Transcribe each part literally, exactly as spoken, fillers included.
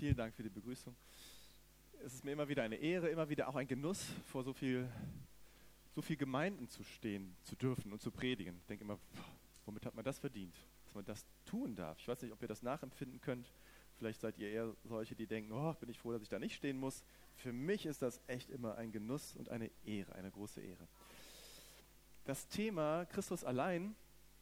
Vielen Dank für die Begrüßung. Es ist mir immer wieder eine Ehre, immer wieder auch ein Genuss, vor so viel, so viel Gemeinden zu stehen, zu dürfen und zu predigen. Ich denke immer, womit hat man das verdient, dass man das tun darf? Ich weiß nicht, ob ihr das nachempfinden könnt. Vielleicht seid ihr eher solche, die denken, oh, bin ich froh, dass ich da nicht stehen muss. Für mich ist das echt immer ein Genuss und eine Ehre, eine große Ehre. Das Thema Christus allein,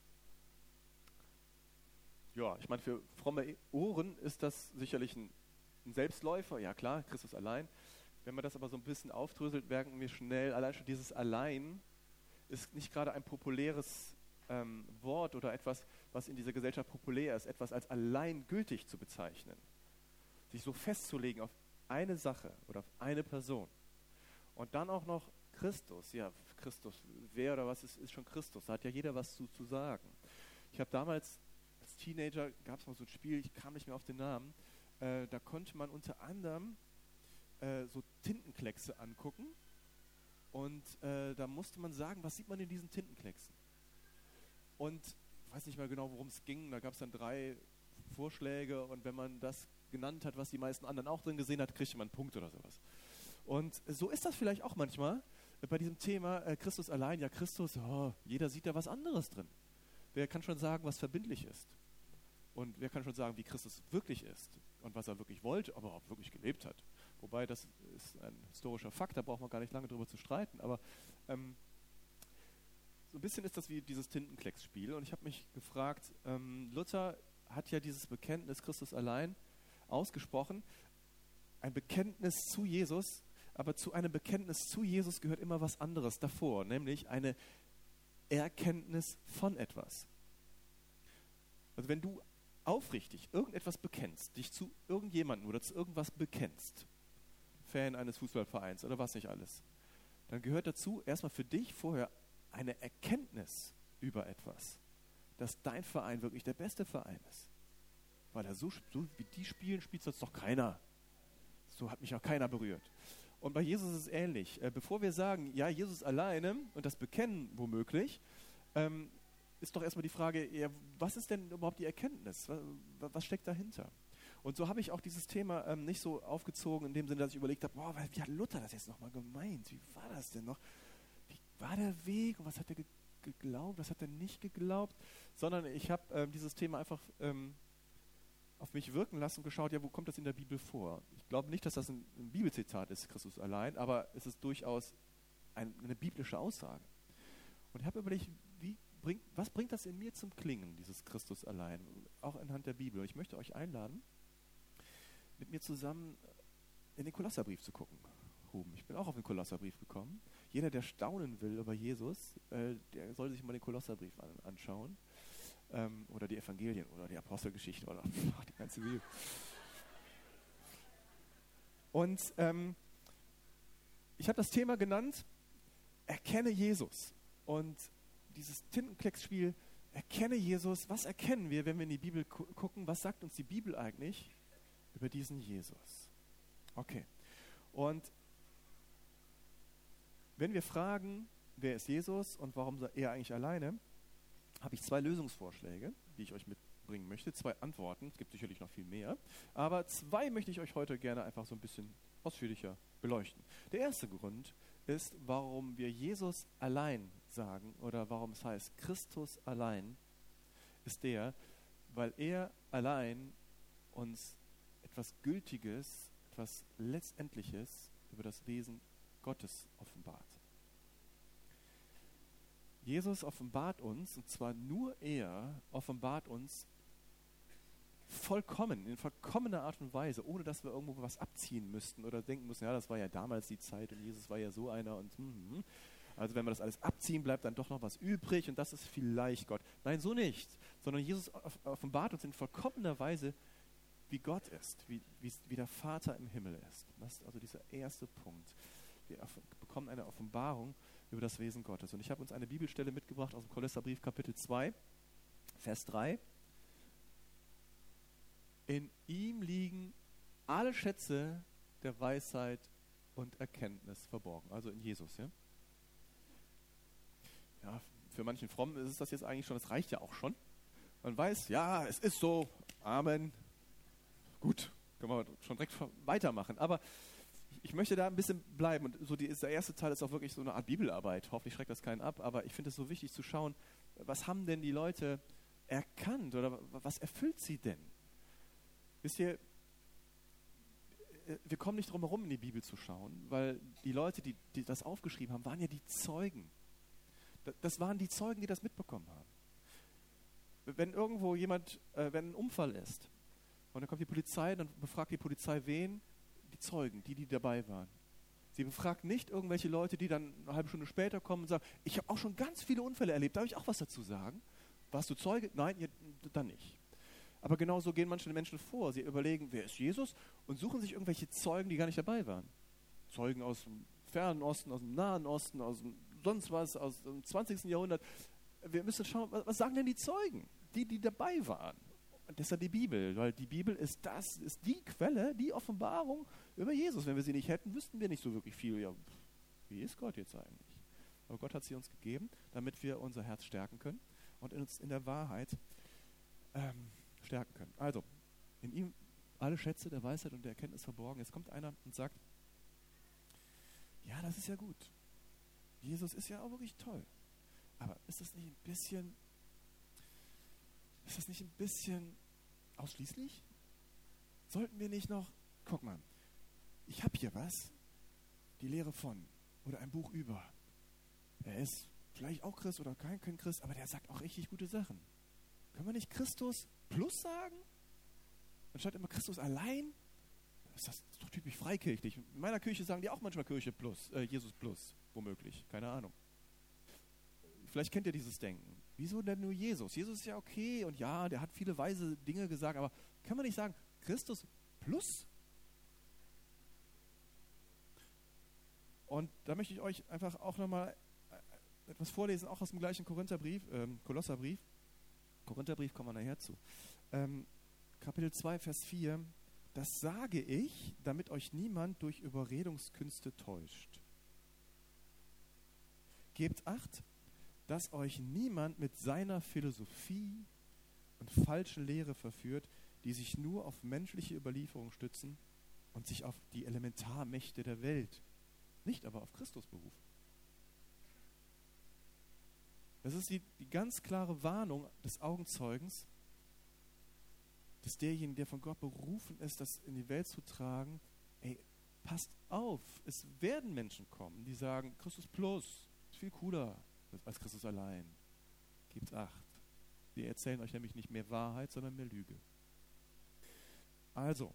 ja, ich meine, für fromme Ohren ist das sicherlich ein, ein Selbstläufer. Ja klar, Christus allein. Wenn man das aber so ein bisschen aufdröselt, merken wir schnell, allein schon dieses Allein ist nicht gerade ein populäres ähm, Wort oder etwas, was in dieser Gesellschaft populär ist, etwas als alleingültig zu bezeichnen. Sich so festzulegen auf eine Sache oder auf eine Person. Und dann auch noch Christus. Ja, Christus, wer oder was ist, ist schon Christus? Da hat ja jeder was zu, zu sagen. Ich habe damals als Teenager, gab es mal so ein Spiel, ich kam nicht mehr auf den Namen, äh, da konnte man unter anderem äh, so Tintenkleckse angucken und äh, da musste man sagen, was sieht man in diesen Tintenklecksen? Und ich weiß nicht mehr genau, worum es ging, da gab es dann drei Vorschläge und wenn man das genannt hat, was die meisten anderen auch drin gesehen hat, kriegte man einen Punkt oder sowas. Und so ist das vielleicht auch manchmal äh, bei diesem Thema äh, Christus allein. Ja, Christus, oh, jeder sieht da was anderes drin. Wer kann schon sagen, was verbindlich ist? Und wer kann schon sagen, wie Christus wirklich ist? Und was er wirklich wollte, aber auch wirklich gelebt hat? Wobei, das ist ein historischer Fakt, da braucht man gar nicht lange drüber zu streiten. Aber ähm, so ein bisschen ist das wie dieses Tintenklecksspiel. Und ich habe mich gefragt, ähm, Luther hat ja dieses Bekenntnis Christus allein ausgesprochen. Ein Bekenntnis zu Jesus, aber zu einem Bekenntnis zu Jesus gehört immer was anderes davor, nämlich eine Erkenntnis von etwas. Also wenn du aufrichtig irgendetwas bekennst, dich zu irgendjemandem oder zu irgendwas bekennst, Fan eines Fußballvereins oder was nicht alles, dann gehört dazu erstmal für dich vorher eine Erkenntnis über etwas, dass dein Verein wirklich der beste Verein ist. Weil er so, so wie die spielen, spielt sonst doch keiner. So hat mich auch keiner berührt. Und bei Jesus ist es ähnlich. Äh, bevor wir sagen, ja, Jesus alleine und das bekennen womöglich, ähm, ist doch erstmal die Frage, ja, was ist denn überhaupt die Erkenntnis? Was, was steckt dahinter? Und so habe ich auch dieses Thema ähm, nicht so aufgezogen, in dem Sinne, dass ich überlegt habe, boah, wie hat Luther das jetzt nochmal gemeint? Wie war das denn noch? Wie war der Weg und was hat er ge- geglaubt, was hat er nicht geglaubt? Sondern ich habe ähm, dieses Thema einfach ähm, auf mich wirken lassen und geschaut, ja, wo kommt das in der Bibel vor? Ich glaube nicht, dass das ein, ein Bibelzitat ist, Christus allein, aber es ist durchaus ein, eine biblische Aussage. Und ich habe überlegt, wie bringt, was bringt das in mir zum Klingen, dieses Christus allein, auch anhand der Bibel. Und ich möchte euch einladen, mit mir zusammen in den Kolosserbrief zu gucken. Ruben, ich bin auch auf den Kolosserbrief gekommen. Jeder, der staunen will über Jesus, äh, der soll sich mal den Kolosserbrief an, anschauen. Ähm, oder die Evangelien oder die Apostelgeschichte oder ach, die ganze Bibel. Und ähm, ich habe das Thema genannt, erkenne Jesus. Und dieses Tintenklecksspiel, erkenne Jesus, was erkennen wir, wenn wir in die Bibel gu- gucken, was sagt uns die Bibel eigentlich über diesen Jesus? Okay. Und wenn wir fragen, wer ist Jesus und warum er eigentlich alleine, habe ich zwei Lösungsvorschläge, die ich euch mitbringen möchte, zwei Antworten, es gibt sicherlich noch viel mehr, aber zwei möchte ich euch heute gerne einfach so ein bisschen ausführlicher beleuchten. Der erste Grund ist, warum wir Jesus allein sagen oder warum es heißt Christus allein, ist der, weil er allein uns etwas Gültiges, etwas Letztendliches über das Wesen Gottes offenbart. Jesus offenbart uns, und zwar nur er offenbart uns vollkommen, in vollkommener Art und Weise, ohne dass wir irgendwo was abziehen müssten oder denken müssen, ja, das war ja damals die Zeit und Jesus war ja so einer und hm, hm. Also wenn wir das alles abziehen, bleibt dann doch noch was übrig und das ist vielleicht Gott. Nein, so nicht, sondern Jesus offenbart uns in vollkommener Weise, wie Gott ist, wie, wie, wie der Vater im Himmel ist. Das ist also dieser erste Punkt. Wir bekommen eine Offenbarung über das Wesen Gottes. Und ich habe uns eine Bibelstelle mitgebracht aus dem Kolosserbrief Kapitel zwei, Vers drei. In ihm liegen alle Schätze der Weisheit und Erkenntnis verborgen. Also in Jesus, ja? Ja, für manchen Frommen ist es das jetzt eigentlich schon, das reicht ja auch schon. Man weiß, ja, es ist so, Amen, gut, können wir schon direkt weitermachen. Aber ich möchte da ein bisschen bleiben. Und so die, der erste Teil ist auch wirklich so eine Art Bibelarbeit. Hoffentlich schreckt das keinen ab. Aber ich finde es so wichtig zu schauen, was haben denn die Leute erkannt oder was erfüllt sie denn? Wisst ihr, wir kommen nicht drum herum, in die Bibel zu schauen, weil die Leute, die, die das aufgeschrieben haben, waren ja die Zeugen. Das waren die Zeugen, die das mitbekommen haben. Wenn irgendwo jemand, äh, wenn ein Unfall ist und dann kommt die Polizei, dann befragt die Polizei wen? Die Zeugen, die, die dabei waren. Sie befragt nicht irgendwelche Leute, die dann eine halbe Stunde später kommen und sagen, ich habe auch schon ganz viele Unfälle erlebt, darf ich auch was dazu sagen? Warst du Zeuge? Nein, ihr, dann nicht. Aber genauso gehen manche Menschen vor. Sie überlegen, wer ist Jesus? Und suchen sich irgendwelche Zeugen, die gar nicht dabei waren. Zeugen aus dem Fernen Osten, aus dem Nahen Osten, aus dem sonst was, aus dem zwanzigsten Jahrhundert. Wir müssen schauen, was sagen denn die Zeugen? Die, die dabei waren. Und deshalb die Bibel, weil die Bibel ist das, ist die Quelle, die Offenbarung über Jesus. Wenn wir sie nicht hätten, wüssten wir nicht so wirklich viel. Ja, wie ist Gott jetzt eigentlich? Aber Gott hat sie uns gegeben, damit wir unser Herz stärken können und uns in der Wahrheit ähm, stärken können. Also, in ihm alle Schätze der Weisheit und der Erkenntnis verborgen. Jetzt kommt einer und sagt, ja, das ist ja gut. Jesus ist ja auch wirklich toll. Aber ist das nicht ein bisschen, ist das nicht ein bisschen ausschließlich? Sollten wir nicht noch, guck mal, ich habe hier was, die Lehre von oder ein Buch über. Er ist vielleicht auch Christ oder kein, kein Christ, aber der sagt auch richtig gute Sachen. Können wir nicht Christus plus sagen? Anstatt immer Christus allein? Das ist doch typisch freikirchlich. In meiner Kirche sagen die auch manchmal Kirche plus, äh, Jesus plus, womöglich. Keine Ahnung. Vielleicht kennt ihr dieses Denken. Wieso denn nur Jesus? Jesus ist ja okay und ja, der hat viele weise Dinge gesagt, aber kann man nicht sagen, Christus plus? Und da möchte ich euch einfach auch nochmal etwas vorlesen, auch aus dem gleichen Korintherbrief, ähm, Kolosserbrief. Korintherbrief kommen wir nachher zu. Ähm, Kapitel zwei, Vers vier. Das sage ich, damit euch niemand durch Überredungskünste täuscht. Gebt Acht, dass euch niemand mit seiner Philosophie und falschen Lehre verführt, die sich nur auf menschliche Überlieferung stützen und sich auf die Elementarmächte der Welt, nicht aber auf Christus berufen. Das ist die, die ganz klare Warnung des Augenzeugens, dass derjenige, der von Gott berufen ist, das in die Welt zu tragen, ey, passt auf, es werden Menschen kommen, die sagen, Christus plus ist viel cooler als Christus allein. Gebt Acht. Die erzählen euch nämlich nicht mehr Wahrheit, sondern mehr Lüge. Also,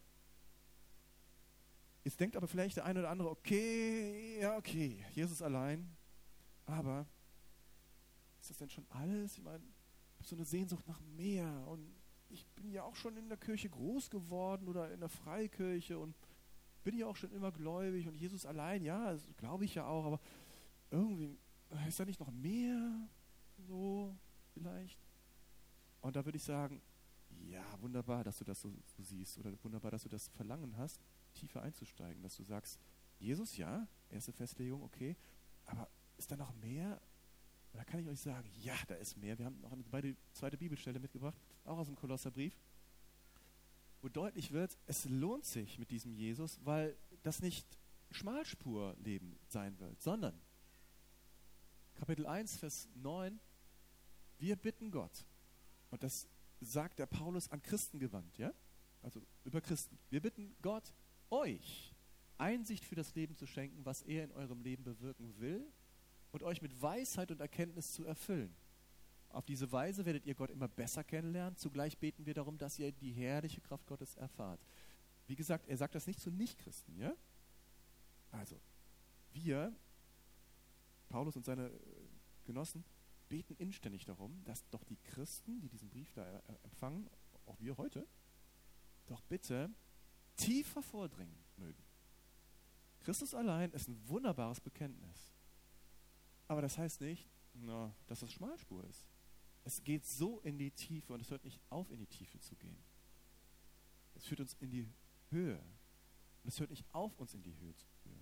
jetzt denkt aber vielleicht der eine oder andere, okay, ja okay, Jesus allein, aber ist das denn schon alles? Ich meine, ich habe so eine Sehnsucht nach mehr und ich bin ja auch schon in der Kirche groß geworden oder in der Freikirche und bin ja auch schon immer gläubig und Jesus allein, ja, das glaube ich ja auch, aber irgendwie ist da nicht noch mehr so vielleicht? Und da würde ich sagen, ja, wunderbar, dass du das so, so siehst oder wunderbar, dass du das Verlangen hast, tiefer einzusteigen, dass du sagst, Jesus, ja, erste Festlegung, okay, aber ist da noch mehr? Da kann ich euch sagen, ja, da ist mehr. Wir haben noch eine zweite Bibelstelle mitgebracht, auch aus dem Kolosserbrief, wo deutlich wird, es lohnt sich mit diesem Jesus, weil das nicht Schmalspurleben sein wird, sondern Kapitel eins, Vers neun, wir bitten Gott, und das sagt der Paulus an Christen gewandt, ja? Also über Christen. Wir bitten Gott, euch Einsicht für das Leben zu schenken, was er in eurem Leben bewirken will, und euch mit Weisheit und Erkenntnis zu erfüllen. Auf diese Weise werdet ihr Gott immer besser kennenlernen. Zugleich beten wir darum, dass ihr die herrliche Kraft Gottes erfahrt. Wie gesagt, er sagt das nicht zu Nichtchristen, ja? Also, wir, Paulus und seine Genossen, beten inständig darum, dass doch die Christen, die diesen Brief da empfangen, auch wir heute, doch bitte tiefer vordringen mögen. Christus allein ist ein wunderbares Bekenntnis. Aber das heißt nicht, na, dass es Schmalspur ist. Es geht so in die Tiefe und es hört nicht auf, in die Tiefe zu gehen. Es führt uns in die Höhe. Und es hört nicht auf, uns in die Höhe zu führen.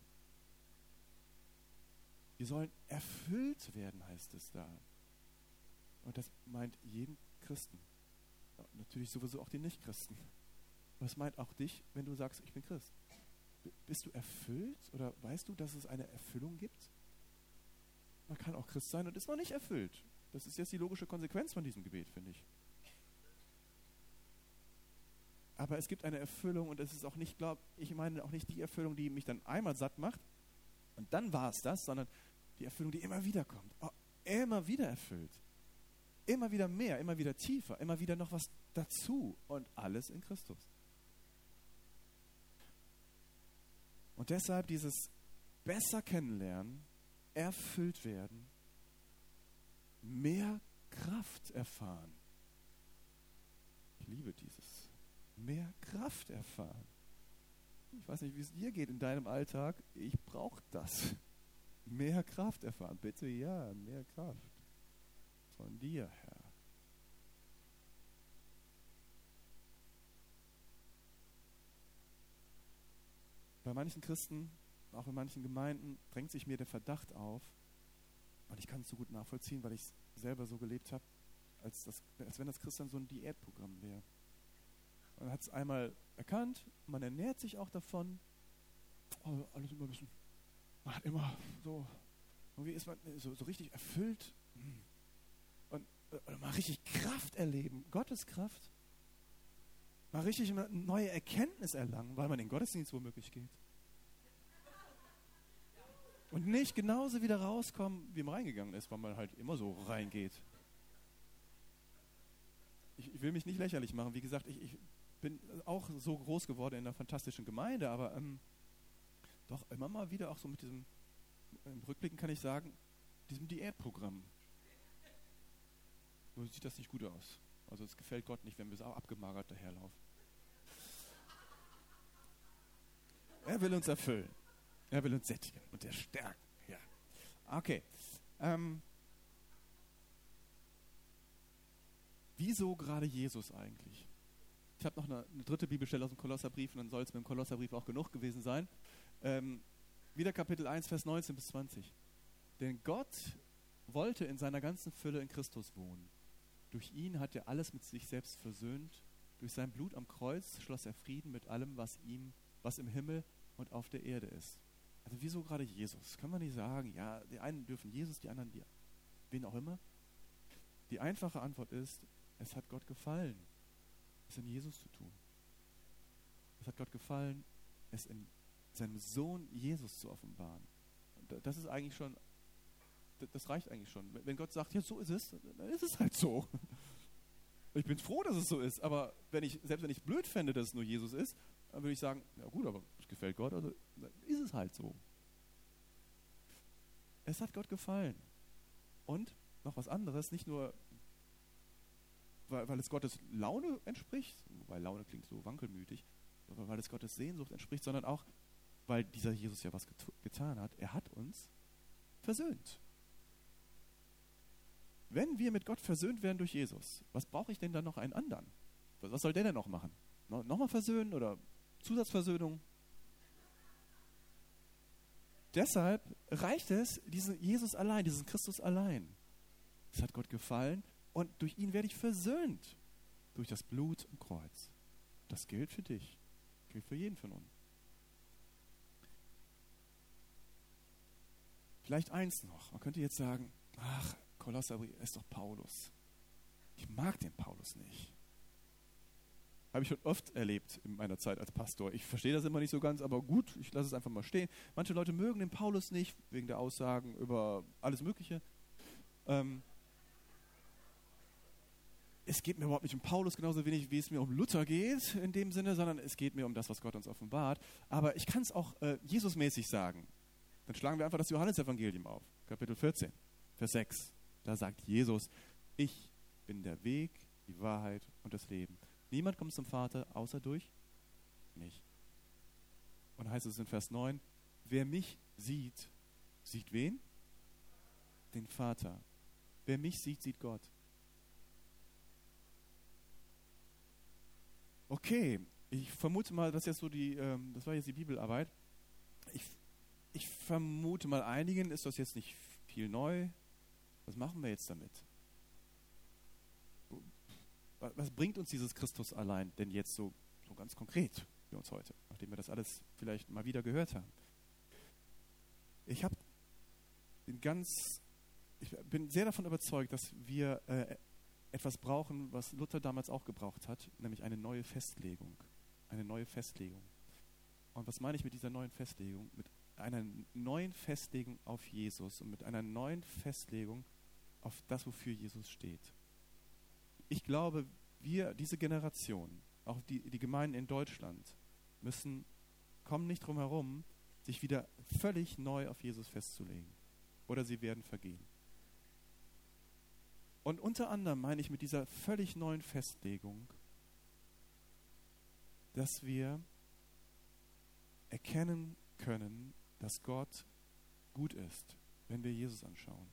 Wir sollen erfüllt werden, heißt es da. Und das meint jeden Christen. Ja, natürlich sowieso auch die Nichtchristen. Was meint auch dich, wenn du sagst, ich bin Christ? B- Bist du erfüllt oder weißt du, dass es eine Erfüllung gibt? Man kann auch Christ sein und ist noch nicht erfüllt. Das ist jetzt die logische Konsequenz von diesem Gebet, finde ich. Aber es gibt eine Erfüllung und es ist auch nicht, glaub, ich meine auch nicht die Erfüllung, die mich dann einmal satt macht und dann war es das, sondern die Erfüllung, die immer wieder kommt. Oh, immer wieder erfüllt. Immer wieder mehr, immer wieder tiefer, immer wieder noch was dazu und alles in Christus. Und deshalb dieses besser kennenlernen, erfüllt werden, mehr Kraft erfahren. Ich liebe dieses. Mehr Kraft erfahren. Ich weiß nicht, wie es dir geht in deinem Alltag. Ich brauche das. Mehr Kraft erfahren. Bitte ja, mehr Kraft. Von dir, Herr. Bei manchen Christen, auch in manchen Gemeinden, drängt sich mir der Verdacht auf, und ich kann es so gut nachvollziehen, weil ich es selber so gelebt habe, als, das, als wenn das Christsein so ein Diätprogramm wäre. Man hat es einmal erkannt, man ernährt sich auch davon, oh, alles immer ein bisschen, man hat immer so, irgendwie ist man so, so richtig erfüllt und äh, mal richtig Kraft erleben, Gottes Kraft, mal richtig eine neue Erkenntnis erlangen, weil man in den Gottesdienst womöglich geht. Und nicht genauso wieder rauskommen, wie man reingegangen ist, weil man halt immer so reingeht. Ich, ich will mich nicht lächerlich machen. Wie gesagt, ich, ich bin auch so groß geworden in einer fantastischen Gemeinde, aber ähm, doch immer mal wieder auch so mit diesem, im Rückblicken kann ich sagen, diesem Diätprogramm. So sieht das nicht gut aus. Also es gefällt Gott nicht, wenn wir so abgemagert daherlaufen. Er will uns erfüllen. Er will uns sättigen und er stärken. Ja. Okay. Ähm, wieso gerade Jesus eigentlich? Ich habe noch eine, eine dritte Bibelstelle aus dem Kolosserbrief und dann soll es mit dem Kolosserbrief auch genug gewesen sein. Ähm, wieder Kapitel eins, Vers neunzehn bis zwanzig. Denn Gott wollte in seiner ganzen Fülle in Christus wohnen. Durch ihn hat er alles mit sich selbst versöhnt. Durch sein Blut am Kreuz schloss er Frieden mit allem, was ihm, was im Himmel und auf der Erde ist. Also wieso gerade Jesus? Kann man nicht sagen, ja, die einen dürfen Jesus, die anderen, die, wen auch immer. Die einfache Antwort ist, es hat Gott gefallen, es in Jesus zu tun. Es hat Gott gefallen, es in seinem Sohn Jesus zu offenbaren. Und das ist eigentlich schon, das reicht eigentlich schon. Wenn Gott sagt, ja, so ist es, dann ist es halt so. Ich bin froh, dass es so ist, aber wenn ich, selbst wenn ich blöd fände, dass es nur Jesus ist, dann würde ich sagen, ja gut, aber es gefällt Gott, also dann ist es halt so. Es hat Gott gefallen. Und noch was anderes, nicht nur, weil, weil es Gottes Laune entspricht, wobei Laune klingt so wankelmütig, aber weil es Gottes Sehnsucht entspricht, sondern auch, weil dieser Jesus ja was get- getan hat. Er hat uns versöhnt. Wenn wir mit Gott versöhnt werden durch Jesus, was brauche ich denn dann noch einen anderen? Was soll der denn noch machen? No, Nochmal versöhnen oder Zusatzversöhnung? Deshalb reicht es, diesen Jesus allein, diesen Christus allein. Es hat Gott gefallen und durch ihn werde ich versöhnt. Durch das Blut am Kreuz. Das gilt für dich. Gilt für jeden von uns. Vielleicht eins noch. Man könnte jetzt sagen, ach, Kolosserbrief ist doch Paulus. Ich mag den Paulus nicht. Habe ich schon oft erlebt in meiner Zeit als Pastor. Ich verstehe das immer nicht so ganz, aber gut, ich lasse es einfach mal stehen. Manche Leute mögen den Paulus nicht, wegen der Aussagen über alles Mögliche. Ähm, es geht mir überhaupt nicht um Paulus, genauso wenig wie es mir um Luther geht in dem Sinne, sondern es geht mir um das, was Gott uns offenbart. Aber ich kann es auch äh, Jesusmäßig sagen. Dann schlagen wir einfach das Johannesevangelium auf, Kapitel vierzehn, Vers sechs. Da sagt Jesus, ich bin der Weg, die Wahrheit und das Leben. Niemand kommt zum Vater, außer durch mich. Und heißt es in Vers neun, wer mich sieht, sieht wen? Den Vater. Wer mich sieht, sieht Gott. Okay, ich vermute mal, das ist jetzt so die, ähm, das war jetzt die Bibelarbeit. Ich, ich vermute mal, einigen ist das jetzt nicht viel neu. Was machen wir jetzt damit? Was bringt uns dieses Christus allein denn jetzt so So ganz konkret für uns heute, nachdem wir das alles vielleicht mal wieder gehört haben. Ich habe ganz, ich bin sehr davon überzeugt, dass wir äh, etwas brauchen, was Luther damals auch gebraucht hat, nämlich eine neue Festlegung. Eine neue Festlegung. Und was meine ich mit dieser neuen Festlegung? Mit einer neuen Festlegung auf Jesus und mit einer neuen Festlegung auf das, wofür Jesus steht. Ich glaube, wir, diese Generation, auch die, die Gemeinden in Deutschland, müssen, kommen nicht drum herum, sich wieder völlig neu auf Jesus festzulegen. Oder sie werden vergehen. Und unter anderem meine ich mit dieser völlig neuen Festlegung, dass wir erkennen können, dass Gott gut ist, wenn wir Jesus anschauen.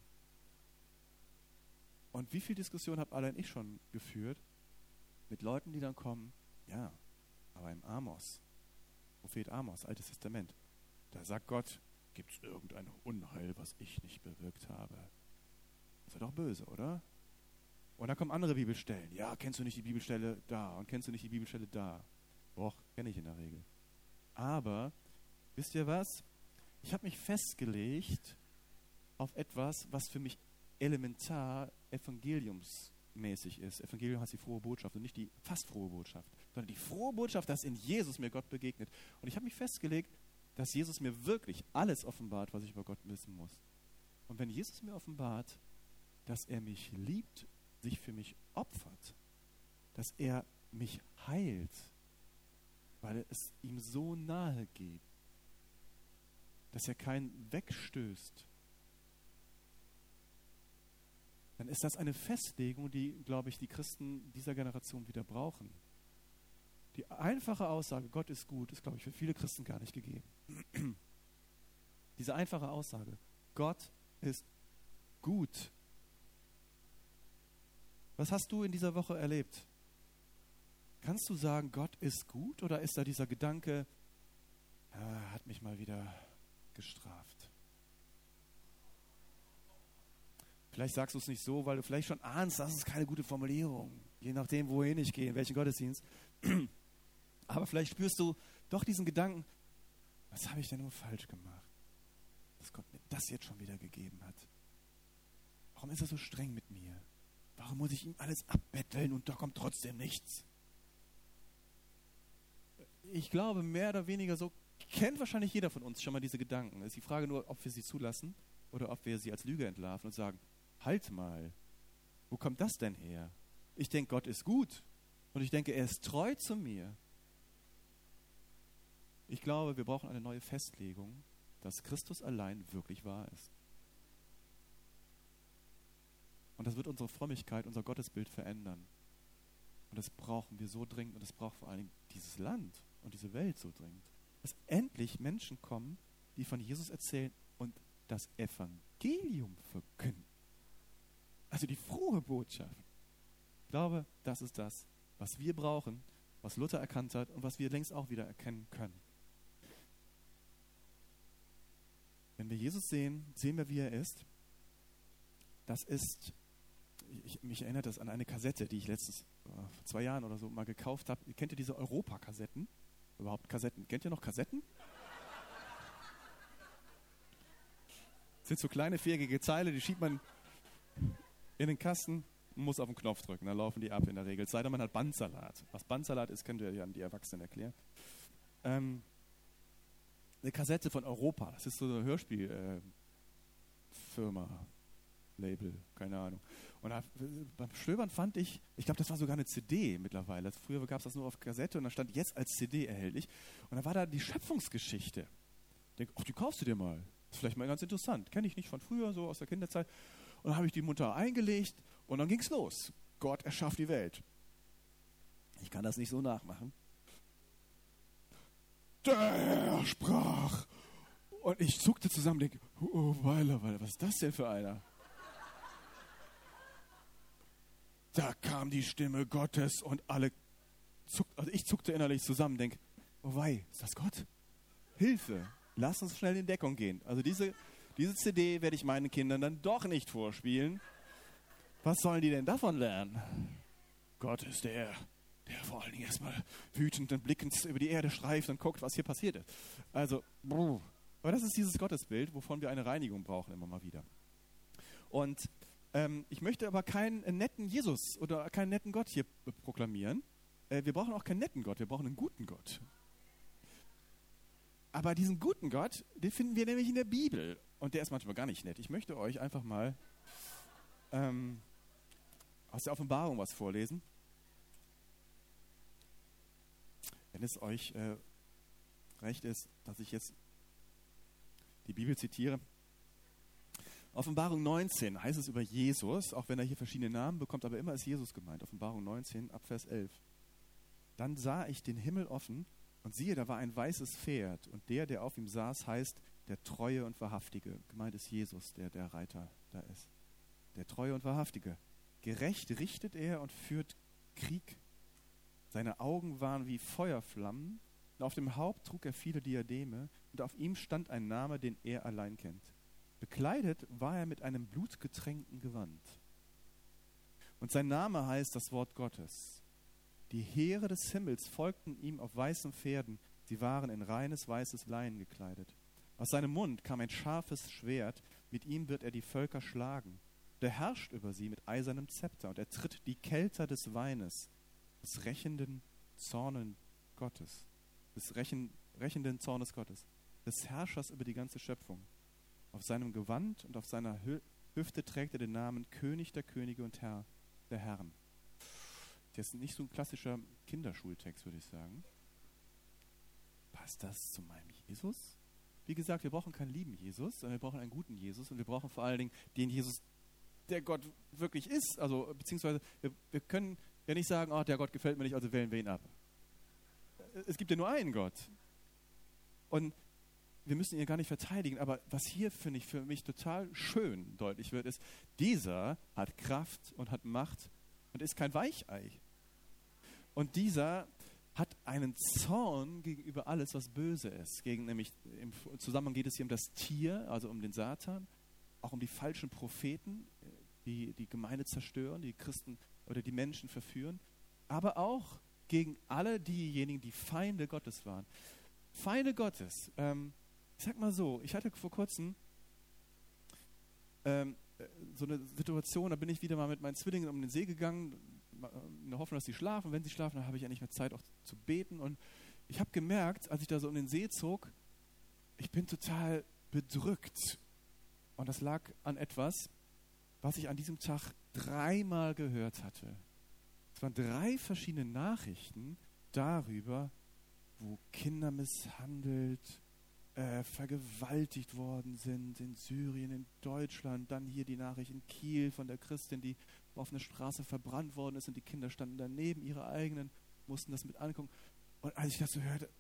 Und wie viel Diskussion habe allein ich schon geführt mit Leuten, die dann kommen, ja, aber im Amos, Prophet Amos, Altes Testament, da sagt Gott, gibt es irgendein Unheil, was ich nicht bewirkt habe. Das ist doch böse, oder? Und dann kommen andere Bibelstellen. Ja, kennst du nicht die Bibelstelle da und kennst du nicht die Bibelstelle da? Doch, kenne ich in der Regel. Aber, wisst ihr was? Ich habe mich festgelegt auf etwas, was für mich elementar evangeliumsmäßig ist. Evangelium heißt die frohe Botschaft und nicht die fast frohe Botschaft, sondern die frohe Botschaft, dass in Jesus mir Gott begegnet. Und ich habe mich festgelegt, dass Jesus mir wirklich alles offenbart, was ich über Gott wissen muss. Und wenn Jesus mir offenbart, dass er mich liebt, sich für mich opfert, dass er mich heilt, weil es ihm so nahe geht, dass er keinen wegstößt, dann ist das eine Festlegung, die, glaube ich, die Christen dieser Generation wieder brauchen. Die einfache Aussage, Gott ist gut, ist, glaube ich, für viele Christen gar nicht gegeben. Diese einfache Aussage, Gott ist gut. Was hast du in dieser Woche erlebt? Kannst du sagen, Gott ist gut? Oder ist da dieser Gedanke, er hat mich mal wieder gestraft? Vielleicht sagst du es nicht so, weil du vielleicht schon ahnst, das ist keine gute Formulierung. Je nachdem, wohin ich gehe, in welchen Gottesdienst. Aber vielleicht spürst du doch diesen Gedanken, was habe ich denn nur falsch gemacht, dass Gott mir das jetzt schon wieder gegeben hat? Warum ist er so streng mit mir? Warum muss ich ihm alles abbetteln und da kommt trotzdem nichts? Ich glaube, mehr oder weniger so kennt wahrscheinlich jeder von uns schon mal diese Gedanken. Es ist die Frage nur, ob wir sie zulassen oder ob wir sie als Lüge entlarven und sagen, halt mal, wo kommt das denn her? Ich denke, Gott ist gut und ich denke, er ist treu zu mir. Ich glaube, wir brauchen eine neue Festlegung, dass Christus allein wirklich wahr ist. Und das wird unsere Frömmigkeit, unser Gottesbild verändern. Und das brauchen wir so dringend und das braucht vor allem dieses Land und diese Welt so dringend. Dass endlich Menschen kommen, die von Jesus erzählen und das Evangelium verkünden. Also die frohe Botschaft. Ich glaube, das ist das, was wir brauchen, was Luther erkannt hat und was wir längst auch wieder erkennen können. Wenn wir Jesus sehen, sehen wir, wie er ist. Das ist, ich, mich erinnert das an eine Kassette, die ich letztes, vor zwei Jahren oder so mal gekauft habe. Kennt ihr diese Europa-Kassetten? Überhaupt Kassetten? Kennt ihr noch Kassetten? Das sind so kleine, viereckige Zeile, die schiebt man in den Kasten und muss auf den Knopf drücken. Dann laufen die ab in der Regel. Es sei denn, man hat Bandsalat. Was Bandsalat ist, könnt ihr ja an die Erwachsenen erklären. Ähm, eine Kassette von Europa. Das ist so eine Hörspielfirma, äh, Label, keine Ahnung. Und da, beim Stöbern fand ich, ich glaube, das war sogar eine C D mittlerweile. Also früher gab es das nur auf Kassette und dann stand jetzt als C D erhältlich. Und da war da die Schöpfungsgeschichte. Ich denke, ach, die kaufst du dir mal. Das ist vielleicht mal ganz interessant. Kenne ich nicht von früher, so aus der Kinderzeit. Und dann habe ich die munter eingelegt und dann ging es los. Gott erschafft die Welt. Ich kann das nicht so nachmachen. Der Herr sprach. Und ich zuckte zusammen und denke, oh, Weiler, Weiler, was ist das denn für einer? Da kam die Stimme Gottes und alle zuckten, also ich zuckte innerlich zusammen und denke, oh wei, ist das Gott? Hilfe, lass uns schnell in Deckung gehen. Also diese, diese C D werde ich meinen Kindern dann doch nicht vorspielen. Was sollen die denn davon lernen? Gott ist der, der vor allen Dingen erstmal wütend und blickend über die Erde streift und guckt, was hier passiert ist. Also, aber das ist dieses Gottesbild, wovon wir eine Reinigung brauchen immer mal wieder. Und ähm, ich möchte aber keinen äh, netten Jesus oder keinen netten Gott hier äh, proklamieren. Äh, wir brauchen auch keinen netten Gott, wir brauchen einen guten Gott. Aber diesen guten Gott, den finden wir nämlich in der Bibel. Und der ist manchmal gar nicht nett. Ich möchte euch einfach mal ähm, aus der Offenbarung was vorlesen. Wenn es euch äh, recht ist, dass ich jetzt die Bibel zitiere. Offenbarung neunzehn heißt es über Jesus, auch wenn er hier verschiedene Namen bekommt, aber immer ist Jesus gemeint. Offenbarung neunzehn, ab Vers elf. Dann sah ich den Himmel offen und siehe, da war ein weißes Pferd und der, der auf ihm saß, heißt der Treue und Wahrhaftige. Gemeint ist Jesus, der der Reiter da ist. Der Treue und Wahrhaftige. Gerecht richtet er und führt Krieg. Seine Augen waren wie Feuerflammen und auf dem Haupt trug er viele Diademe und auf ihm stand ein Name, den er allein kennt. Bekleidet war er mit einem blutgetränkten Gewand. Und sein Name heißt das Wort Gottes. Die Heere des Himmels folgten ihm auf weißen Pferden. Sie waren in reines weißes Leinen gekleidet. Aus seinem Mund kam ein scharfes Schwert. Mit ihm wird er die Völker schlagen. Der herrscht über sie mit eisernem Zepter. Und er tritt die Kelter des Weines, des rächenden Zornen Gottes, des rächen, rächenden Zornes Gottes, des Herrschers über die ganze Schöpfung. Auf seinem Gewand und auf seiner Hü- Hüfte trägt er den Namen König der Könige und Herr der Herren. Das ist nicht so ein klassischer Kinderschultext, würde ich sagen. Passt das zu meinem Jesus? Wie gesagt, wir brauchen keinen lieben Jesus, sondern wir brauchen einen guten Jesus und wir brauchen vor allen Dingen den Jesus, der Gott wirklich ist. Also, beziehungsweise, wir, wir können ja nicht sagen, oh, der Gott gefällt mir nicht, also wählen wir ihn ab. Es gibt ja nur einen Gott. Und wir müssen ihn ja gar nicht verteidigen, aber was hier, finde ich, für mich total schön deutlich wird, ist, dieser hat Kraft und hat Macht und ist kein Weichei. Und dieser hat einen Zorn gegenüber alles, was böse ist. Gegen, nämlich im Zusammenhang geht es hier um das Tier, also um den Satan, auch um die falschen Propheten, die die Gemeinde zerstören, die Christen oder die Menschen verführen, aber auch gegen alle diejenigen, die Feinde Gottes waren. Feinde Gottes. Ähm, ich sag mal so, ich hatte vor kurzem ähm, so eine Situation, da bin ich wieder mal mit meinen Zwillingen um den See gegangen, in der Hoffnung, dass sie schlafen. Wenn sie schlafen, dann habe ich ja nicht mehr Zeit, auch zu beten. Und ich habe gemerkt, als ich da so um den See zog, ich bin total bedrückt. Und das lag an etwas, was ich an diesem Tag dreimal gehört hatte. Es waren drei verschiedene Nachrichten darüber, wo Kinder misshandelt, äh, vergewaltigt worden sind in Syrien, in Deutschland. Dann hier die Nachricht in Kiel von der Christin, die auf einer Straße verbrannt worden ist und die Kinder standen daneben, ihre eigenen, mussten das mit angucken. Und als ich das so hörte,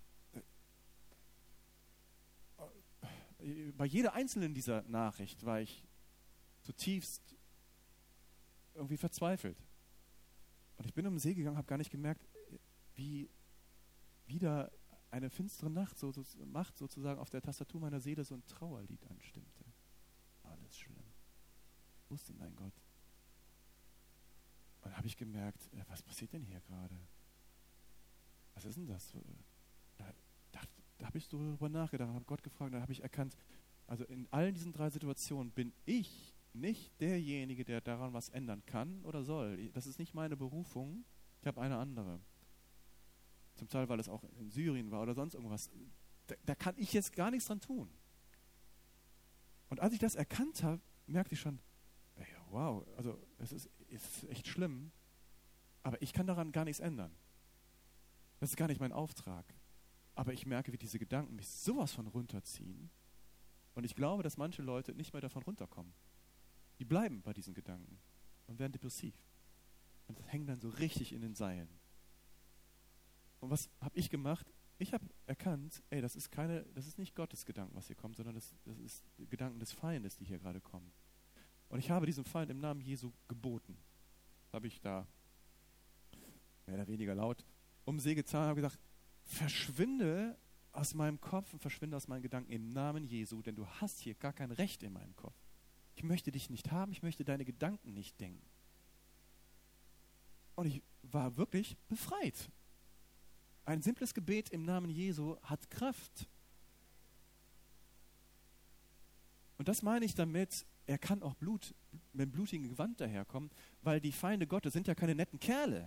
äh, bei jeder einzelnen dieser Nachricht war ich zutiefst irgendwie verzweifelt. Und ich bin um den See gegangen, habe gar nicht gemerkt, wie wieder eine finstere Nacht, so, so, Macht sozusagen auf der Tastatur meiner Seele so ein Trauerlied anstimmte. Alles schlimm. Wo ist denn dein Gott? Und dann habe ich gemerkt, ja, was passiert denn hier gerade? Was ist denn das? Da, da, da habe ich so drüber nachgedacht, habe Gott gefragt, dann habe ich erkannt, also in allen diesen drei Situationen bin ich nicht derjenige, der daran was ändern kann oder soll. Das ist nicht meine Berufung, ich habe eine andere. Zum Teil, weil es auch in Syrien war oder sonst irgendwas. Da, da kann ich jetzt gar nichts dran tun. Und als ich das erkannt habe, merkte ich schon, ey, wow, also es ist, es ist echt schlimm, aber ich kann daran gar nichts ändern. Das ist gar nicht mein Auftrag. Aber ich merke, wie diese Gedanken mich sowas von runterziehen. Und ich glaube, dass manche Leute nicht mehr davon runterkommen. Die bleiben bei diesen Gedanken und werden depressiv. Und hängen dann so richtig in den Seilen. Und was habe ich gemacht? Ich habe erkannt, ey, das ist keine, das ist nicht Gottes Gedanken, was hier kommt, sondern das, das ist Gedanken des Feindes, die hier gerade kommen. Und ich habe diesem Feind im Namen Jesu geboten. Das habe ich da mehr oder weniger laut um See getan, habe gesagt, verschwinde aus meinem Kopf und verschwinde aus meinen Gedanken im Namen Jesu, denn du hast hier gar kein Recht in meinem Kopf. Ich möchte dich nicht haben, ich möchte deine Gedanken nicht denken. Und ich war wirklich befreit. Ein simples Gebet im Namen Jesu hat Kraft. Und das meine ich damit, er kann auch Blut, mit dem blutigen Gewand daherkommen, weil die Feinde Gottes sind ja keine netten Kerle.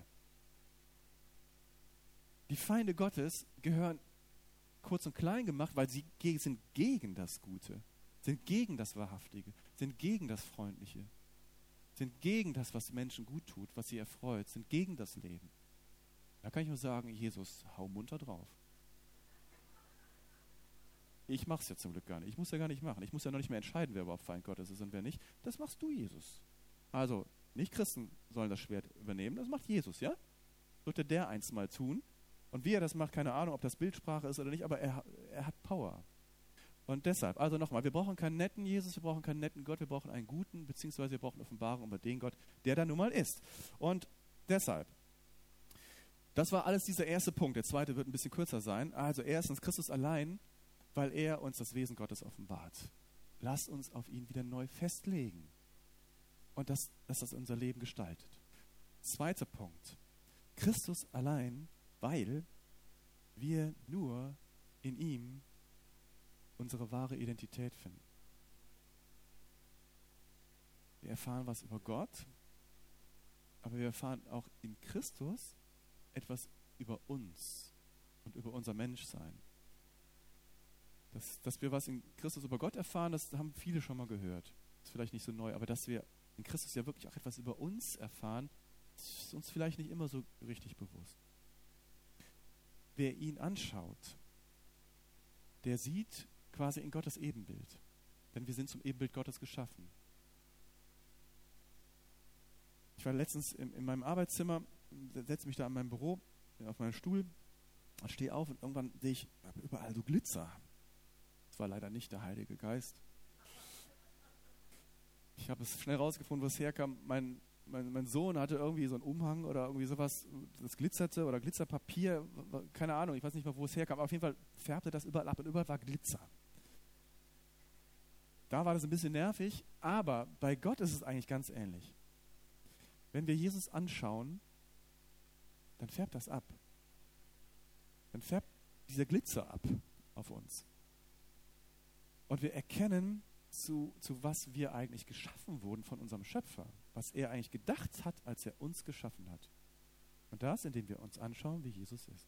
Die Feinde Gottes gehören kurz und klein gemacht, weil sie ge- sind gegen das Gute, sind gegen das Wahrhaftige, sind gegen das Freundliche, sind gegen das, was Menschen gut tut, was sie erfreut, sind gegen das Leben. Da kann ich nur sagen, Jesus, hau munter drauf. Ich mache es ja zum Glück gar nicht. Ich muss ja gar nicht machen. Ich muss ja noch nicht mehr entscheiden, wer überhaupt Feind Gottes ist und wer nicht. Das machst du, Jesus. Also, nicht Christen sollen das Schwert übernehmen, das macht Jesus, ja? Sollte der eins mal tun. Und wie er das macht, keine Ahnung, ob das Bildsprache ist oder nicht, aber er, er hat Power. Und deshalb, also nochmal, wir brauchen keinen netten Jesus, wir brauchen keinen netten Gott, wir brauchen einen guten, beziehungsweise wir brauchen Offenbarung über den Gott, der da nun mal ist. Und deshalb, das war alles dieser erste Punkt. Der zweite wird ein bisschen kürzer sein. Also erstens, Christus allein, weil er uns das Wesen Gottes offenbart. Lasst uns auf ihn wieder neu festlegen. Und dass, dass das unser Leben gestaltet. Zweiter Punkt. Christus allein, weil wir nur in ihm unsere wahre Identität finden. Wir erfahren was über Gott, aber wir erfahren auch in Christus etwas über uns und über unser Menschsein. Dass, dass wir was in Christus über Gott erfahren, das haben viele schon mal gehört. Das ist vielleicht nicht so neu, aber dass wir in Christus ja wirklich auch etwas über uns erfahren, ist uns vielleicht nicht immer so richtig bewusst. Wer ihn anschaut, der sieht quasi in Gottes Ebenbild. Denn wir sind zum Ebenbild Gottes geschaffen. Ich war letztens in, in meinem Arbeitszimmer, setze mich da an meinem Büro, auf meinen Stuhl, und stehe auf und irgendwann sehe ich überall so Glitzer. Das war leider nicht der Heilige Geist. Ich habe es schnell rausgefunden, wo es herkam. Mein, mein, mein Sohn hatte irgendwie so einen Umhang oder irgendwie sowas, das glitzerte oder Glitzerpapier, keine Ahnung, ich weiß nicht mal, wo es herkam, aber auf jeden Fall färbte das überall ab und überall war Glitzer. Da war das ein bisschen nervig, aber bei Gott ist es eigentlich ganz ähnlich. Wenn wir Jesus anschauen, dann färbt das ab. Dann färbt dieser Glitzer ab auf uns. Und wir erkennen, zu, zu was wir eigentlich geschaffen wurden von unserem Schöpfer. Was er eigentlich gedacht hat, als er uns geschaffen hat. Und das, indem wir uns anschauen, wie Jesus ist.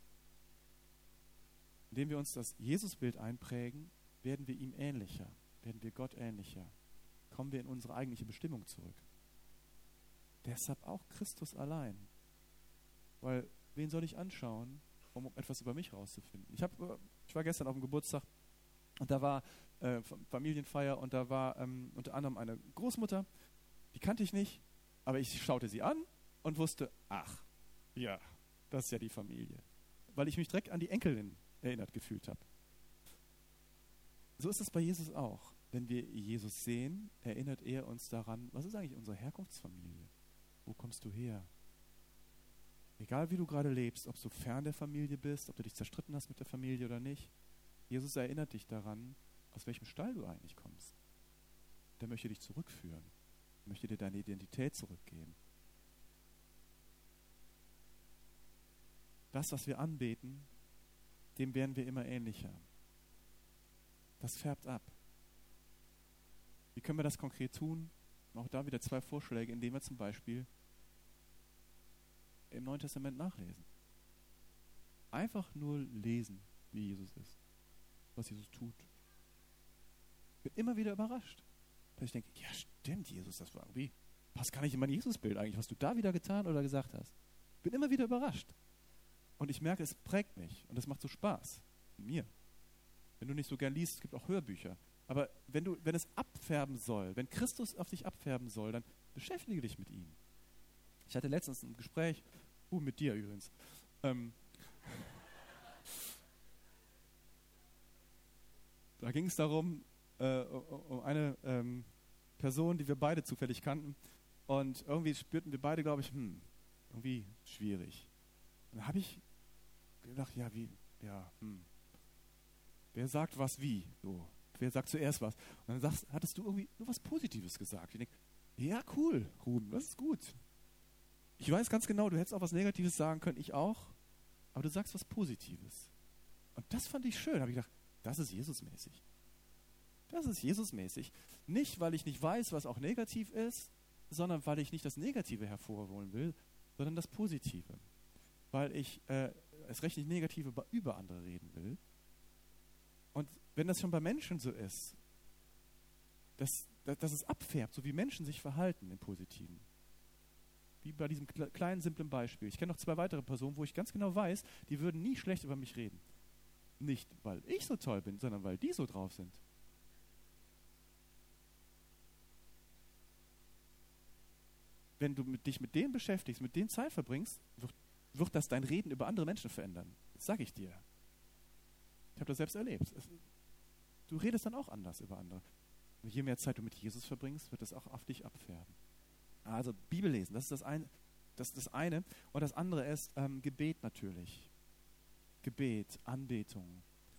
Indem wir uns das Jesusbild einprägen, werden wir ihm ähnlicher, werden wir Gott ähnlicher. Kommen wir in unsere eigentliche Bestimmung zurück. Deshalb auch Christus allein. Weil, wen soll ich anschauen, um etwas über mich rauszufinden? Ich, hab, ich war gestern auf dem Geburtstag und da war äh, Familienfeier und da war ähm, unter anderem eine Großmutter, die kannte ich nicht, aber ich schaute sie an und wusste, ach, ja, das ist ja die Familie. Weil ich mich direkt an die Enkelin erinnert gefühlt habe. So ist es bei Jesus auch. Wenn wir Jesus sehen, erinnert er uns daran, was ist eigentlich unsere Herkunftsfamilie? Wo kommst du her? Egal wie du gerade lebst, ob du fern der Familie bist, ob du dich zerstritten hast mit der Familie oder nicht, Jesus erinnert dich daran, aus welchem Stall du eigentlich kommst. Der möchte dich zurückführen, möchte dir deine Identität zurückgeben. Das, was wir anbeten, dem werden wir immer ähnlicher. Das färbt ab. Wie können wir das konkret tun? Auch da wieder zwei Vorschläge, indem wir zum Beispiel im Neuen Testament nachlesen. Einfach nur lesen, wie Jesus ist, was Jesus tut. Ich bin immer wieder überrascht. Dass ich denke, ja stimmt, Jesus, das war irgendwie, passt gar nicht in mein Jesusbild eigentlich, was du da wieder getan oder gesagt hast. Ich bin immer wieder überrascht. Und ich merke, es prägt mich und es macht so Spaß. Mir. Wenn du nicht so gern liest, es gibt auch Hörbücher. Aber wenn du, wenn es abfärben soll, wenn Christus auf dich abfärben soll, dann beschäftige dich mit ihm. Ich hatte letztens ein Gespräch, uh, mit dir übrigens, ähm, da ging es darum, äh, um eine ähm, Person, die wir beide zufällig kannten, und irgendwie spürten wir beide, glaube ich, hm, irgendwie schwierig. Und da habe ich gedacht, ja, wie, ja, hm, wer sagt was wie, so. Wer sagt zuerst was? Und dann sagst, hattest du irgendwie nur was Positives gesagt. Ich denke, ja, cool, Ruben, das ist gut. Ich weiß ganz genau, du hättest auch was Negatives sagen können, ich auch, aber du sagst was Positives. Und das fand ich schön. Da habe ich gedacht, das ist Jesusmäßig. Das ist Jesusmäßig. Nicht, weil ich nicht weiß, was auch negativ ist, sondern weil ich nicht das Negative hervorholen will, sondern das Positive. Weil ich äh, es recht nicht Negative über andere reden will. Und wenn das schon bei Menschen so ist, dass, dass, dass es abfärbt, so wie Menschen sich verhalten im Positiven. Wie bei diesem kleinen, simplen Beispiel. Ich kenne noch zwei weitere Personen, wo ich ganz genau weiß, die würden nie schlecht über mich reden. Nicht, weil ich so toll bin, sondern weil die so drauf sind. Wenn du mit, dich mit denen beschäftigst, mit denen Zeit verbringst, wird, wird das dein Reden über andere Menschen verändern. Das sage ich dir. Ich habe das selbst erlebt. Es, du redest dann auch anders über andere. Und je mehr Zeit du mit Jesus verbringst, wird das auch auf dich abfärben. Also Bibel lesen, das ist das eine. Das, ist das eine. Und das andere ist ähm, Gebet natürlich. Gebet, Anbetung.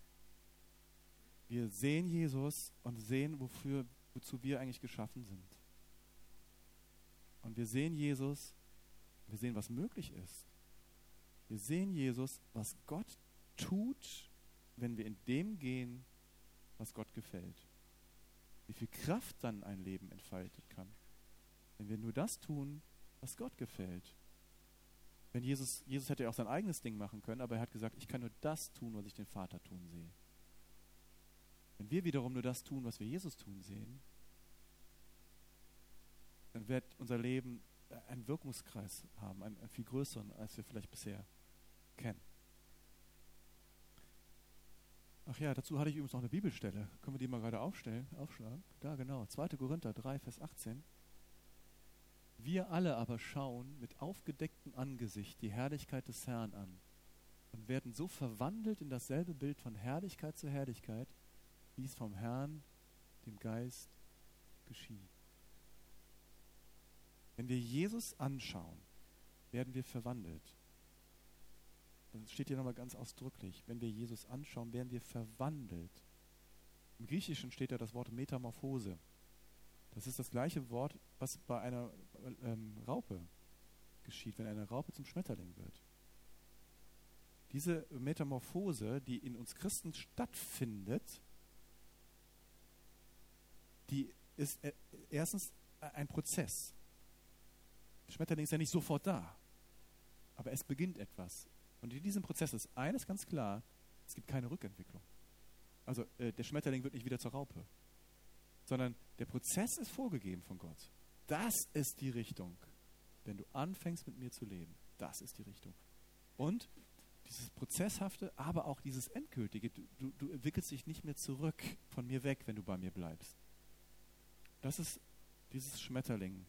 Wir sehen Jesus und sehen, wofür, wozu wir eigentlich geschaffen sind. Und wir sehen Jesus, wir sehen, was möglich ist. Wir sehen Jesus, was Gott tut, wenn wir in dem gehen, was Gott gefällt. Wie viel Kraft dann ein Leben entfaltet kann, wenn wir nur das tun, was Gott gefällt. Wenn Jesus, Jesus hätte ja auch sein eigenes Ding machen können, aber er hat gesagt, ich kann nur das tun, was ich den Vater tun sehe. Wenn wir wiederum nur das tun, was wir Jesus tun sehen, dann wird unser Leben einen Wirkungskreis haben, einen, einen viel größeren, als wir vielleicht bisher kennen. Ach ja, dazu hatte ich übrigens noch eine Bibelstelle. Können wir die mal gerade aufstellen, aufschlagen? Da genau, zweiter Korinther drei, Vers achtzehn. Wir alle aber schauen mit aufgedecktem Angesicht die Herrlichkeit des Herrn an und werden so verwandelt in dasselbe Bild von Herrlichkeit zu Herrlichkeit, wie es vom Herrn, dem Geist, geschieht. Wenn wir Jesus anschauen, werden wir verwandelt. Das steht hier nochmal ganz ausdrücklich. Wenn wir Jesus anschauen, werden wir verwandelt. Im Griechischen steht da das Wort Metamorphose. Das ist das gleiche Wort, was bei einer ähm, Raupe geschieht, wenn eine Raupe zum Schmetterling wird. Diese Metamorphose, die in uns Christen stattfindet, die ist äh, erstens ein Prozess. Der Schmetterling ist ja nicht sofort da, aber es beginnt etwas. Und in diesem Prozess ist eines ganz klar, es gibt keine Rückentwicklung. Also äh, der Schmetterling wird nicht wieder zur Raupe, sondern der Prozess ist vorgegeben von Gott. Das ist die Richtung, wenn du anfängst mit mir zu leben. Das ist die Richtung. Und dieses Prozesshafte, aber auch dieses Endgültige, du, du, du entwickelst dich nicht mehr zurück von mir weg, wenn du bei mir bleibst. Das ist dieses Schmetterling-Ding,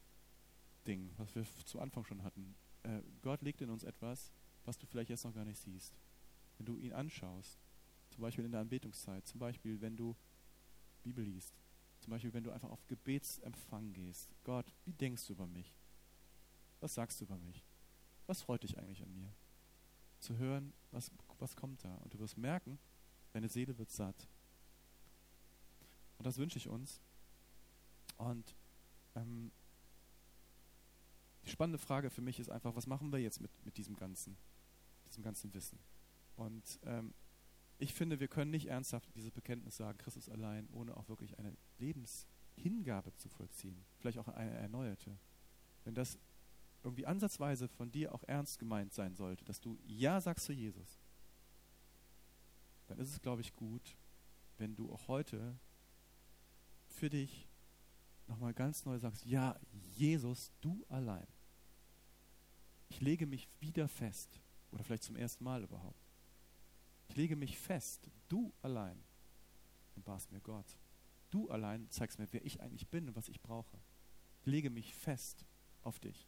was wir zu Anfang schon hatten. Äh, Gott legt in uns etwas, was du vielleicht jetzt noch gar nicht siehst. Wenn du ihn anschaust, zum Beispiel in der Anbetungszeit, zum Beispiel, wenn du Bibel liest, zum Beispiel, wenn du einfach auf Gebetsempfang gehst. Gott, wie denkst du über mich? Was sagst du über mich? Was freut dich eigentlich an mir? Zu hören, was, was kommt da? Und du wirst merken, deine Seele wird satt. Und das wünsche ich uns. Und ähm, die spannende Frage für mich ist einfach, was machen wir jetzt mit, mit diesem ganzen, diesem ganzen Wissen? Und ähm, ich finde, wir können nicht ernsthaft dieses Bekenntnis sagen, Christus allein, ohne auch wirklich eine Lebenshingabe zu vollziehen. Vielleicht auch eine erneuerte. Wenn das irgendwie ansatzweise von dir auch ernst gemeint sein sollte, dass du Ja sagst zu Jesus, dann ist es, glaube ich, gut, wenn du auch heute für dich nochmal ganz neu sagst, ja, Jesus, du allein. Ich lege mich wieder fest, oder vielleicht zum ersten Mal überhaupt. Ich lege mich fest, du allein offenbarst mir Gott. Du allein zeigst mir, wer ich eigentlich bin und was ich brauche. Ich lege mich fest auf dich.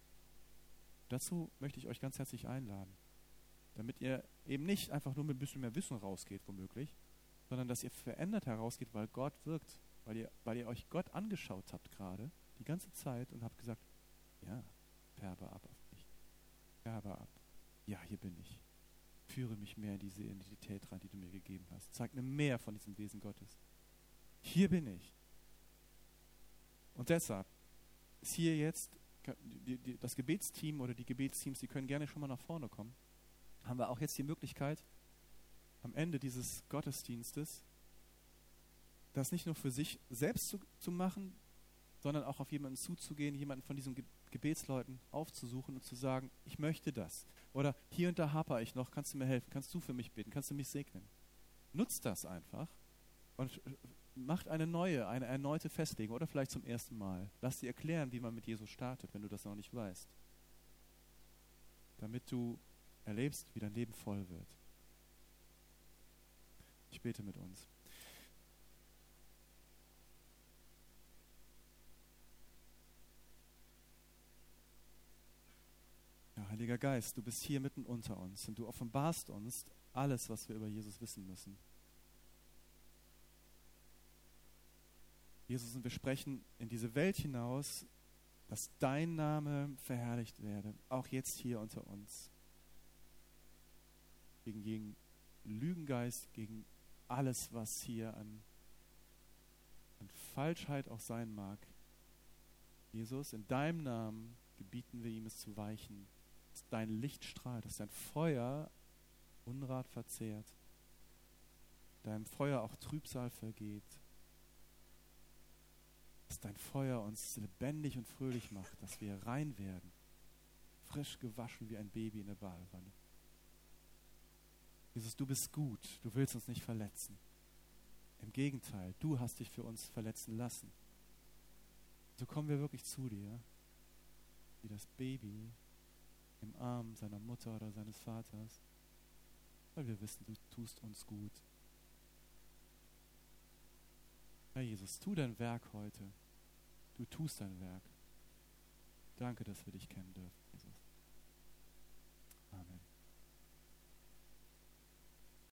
Dazu möchte ich euch ganz herzlich einladen, damit ihr eben nicht einfach nur mit ein bisschen mehr Wissen rausgeht, womöglich, sondern dass ihr verändert herausgeht, weil Gott wirkt, weil ihr, weil ihr euch Gott angeschaut habt gerade, die ganze Zeit und habt gesagt, ja, färbe ab auf mich. Färbe ab. Ja, hier bin ich. Führe mich mehr in diese Identität rein, die du mir gegeben hast. Zeig mir mehr von diesem Wesen Gottes. Hier bin ich. Und deshalb ist hier jetzt die, die, das Gebetsteam oder die Gebetsteams, die können gerne schon mal nach vorne kommen. Haben wir auch jetzt die Möglichkeit, am Ende dieses Gottesdienstes das nicht nur für sich selbst zu, zu machen, sondern auch auf jemanden zuzugehen, jemanden von diesen Ge- Gebetsleuten aufzusuchen und zu sagen, ich möchte das. Oder hier und da haper ich noch, kannst du mir helfen, kannst du für mich beten, kannst du mich segnen. Nutzt das einfach und macht eine neue, eine erneute Festlegung oder vielleicht zum ersten Mal. Lass dir erklären, wie man mit Jesus startet, wenn du das noch nicht weißt. Damit du erlebst, wie dein Leben voll wird. Ich bete mit uns. Ja, Heiliger Geist, du bist hier mitten unter uns und du offenbarst uns alles, was wir über Jesus wissen müssen. Jesus, und wir sprechen in diese Welt hinaus, dass dein Name verherrlicht werde, auch jetzt hier unter uns. Gegen jeden Lügengeist, gegen alles, was hier an, an Falschheit auch sein mag. Jesus, in deinem Namen gebieten wir ihm es zu weichen, dass dein Licht strahlt, dass dein Feuer Unrat verzehrt, deinem Feuer auch Trübsal vergeht, dass dein Feuer uns lebendig und fröhlich macht, dass wir rein werden, frisch gewaschen wie ein Baby in der Badewanne. Jesus, du bist gut, du willst uns nicht verletzen. Im Gegenteil, du hast dich für uns verletzen lassen. So kommen wir wirklich zu dir, wie das Baby im Arm seiner Mutter oder seines Vaters, weil wir wissen, du tust uns gut. Herr Jesus, tu dein Werk heute. Du tust dein Werk. Danke, dass wir dich kennen dürfen.